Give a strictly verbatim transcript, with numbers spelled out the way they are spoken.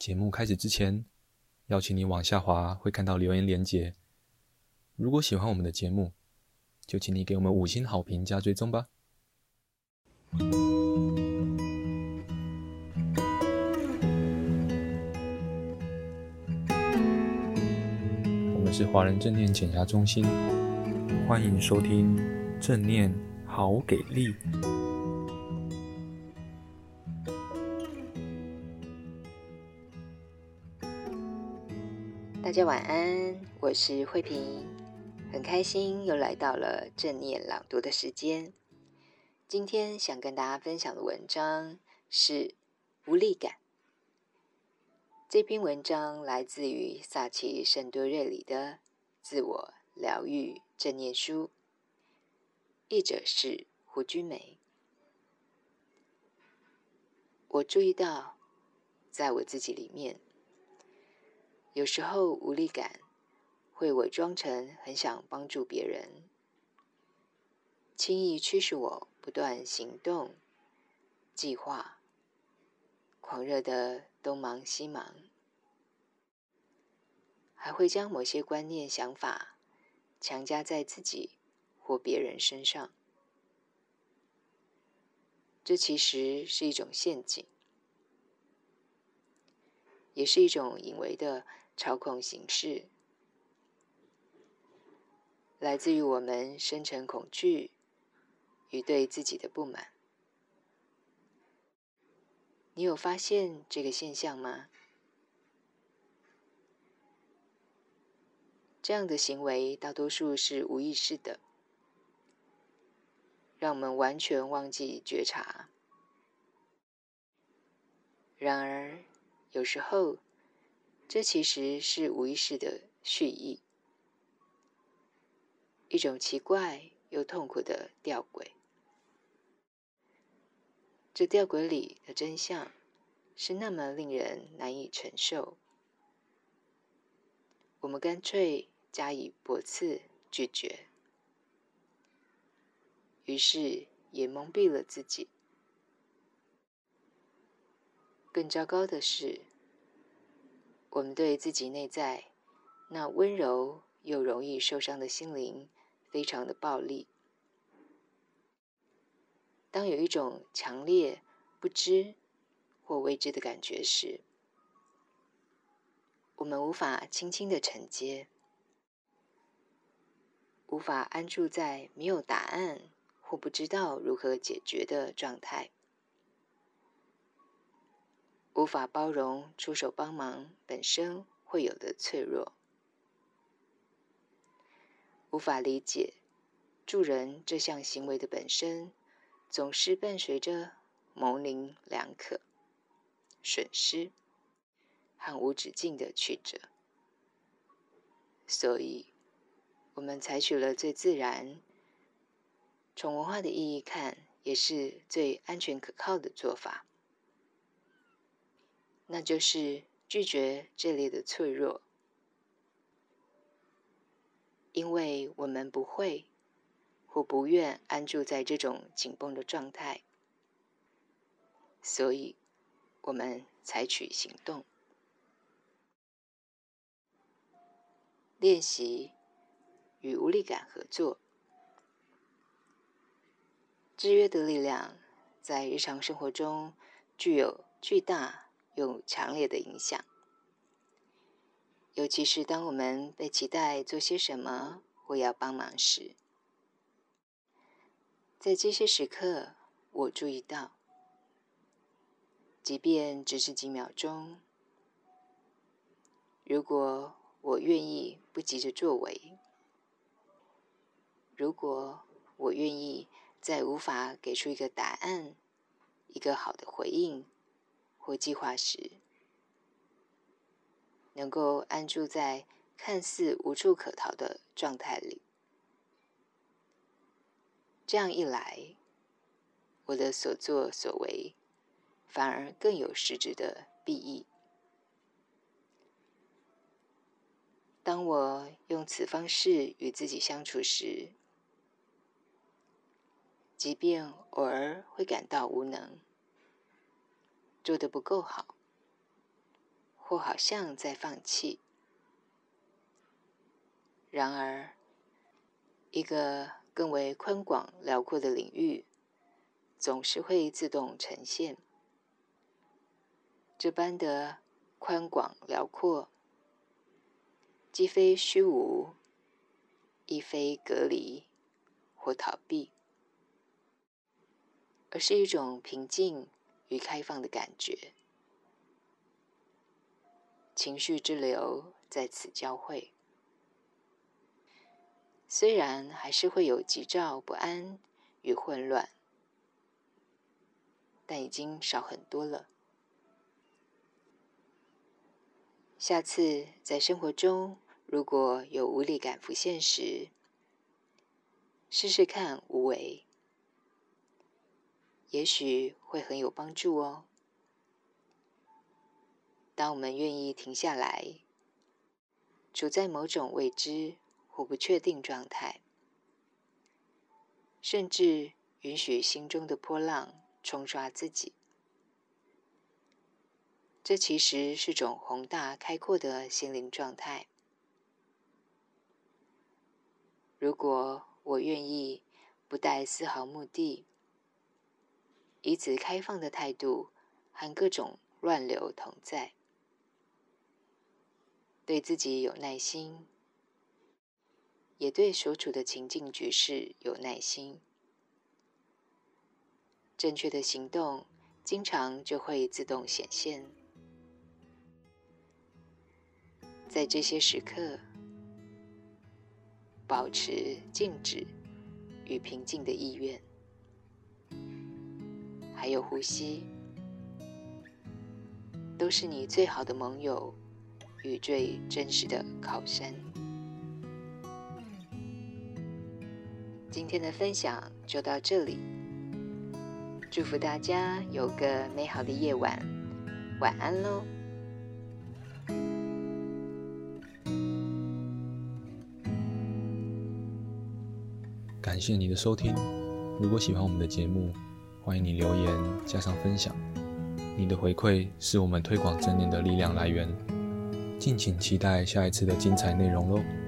节目开始之前，邀请你往下滑，会看到留言连结。如果喜欢我们的节目，就请你给我们五星好评加追踪吧。我们是华人正念减压中心，欢迎收听正念好给力。 大家晚安，我是慧萍，很开心又来到了正念朗读的时间。今天想跟大家分享的文章是无力感。这篇文章来自于萨奇圣多瑞里的《自我疗愈正念书》，译者是胡君梅。我注意到，在我自己里面，有时候无力感会伪装成很想帮助别人，轻易驱使我不断行动、计划，狂热的东忙西忙，还会将某些观念、想法强加在自己或别人身上。这其实是一种陷阱，也是一种隐微的操控形式，来自于我们深层恐惧与对自己的不满。你有发现这个现象吗？这样的行为大多数是无意识的，让我们完全忘记觉察。然而，有时候，这其实是无意识的蓄意，一种奇怪又痛苦的吊诡。这吊诡里的真相是那么令人难以承受，我们干脆加以驳斥拒绝，于是也蒙蔽了自己。更糟糕的是，我们对自己内在那温柔又容易受伤的心灵非常的暴力。当有一种强烈不知或未知的感觉时，我们无法轻轻的承接，无法安住在没有答案或不知道如何解决的状态，无法包容出手帮忙本身会有的脆弱，无法理解助人这项行为的本身总是伴随着模棱两可、损失和无止境的曲折。所以我们采取了最自然，从文化的意义看也是最安全可靠的做法，那就是拒绝这类的脆弱，因为我们不会或不愿安住在这种紧绷的状态，所以我们采取行动。练习与无力感合作。制约的力量在日常生活中具有巨大又强烈的影响，尤其是当我们被期待做些什么或要帮忙时。在这些时刻，我注意到，即便只是几秒钟，如果我愿意不急着作为，如果我愿意在无法给出一个答案、一个好的回应或计划时，能够安住在看似无处可逃的状态里，这样一来，我的所作所为反而更有实质的裨益。当我用此方式与自己相处时，即便偶尔会感到无能，做得不够好， 或好像在放弃。然而，一个更为宽广辽阔的领域，总是会自动呈现。这般的宽广辽阔，既非虚无，亦非隔离或逃避，而是一种平静与开放的感觉。情绪之流在此交汇，虽然还是会有急躁不安与混乱，但已经少很多了。下次在生活中如果有无力感浮现时，试试看无为，也许会很有帮助哦。当我们愿意停下来，处在某种未知或不确定状态，甚至允许心中的波浪冲刷自己，这其实是种宏大开阔的心灵状态。如果我愿意不带丝毫目的，以此开放的态度和各种乱流同在，对自己有耐心，也对所处的情境局势有耐心，正确的行动经常就会自动显现。在这些时刻，保持静止与平静的意愿，还有呼吸，都是你最好的盟友与最真实的靠山。今天的分享就到这里，祝福大家有个美好的夜晚，晚安喽。 感谢你的收听，如果喜欢我们的节目，欢迎你留言加上分享，你的回馈是我们推广正念的力量来源。敬请期待下一次的精彩内容咯。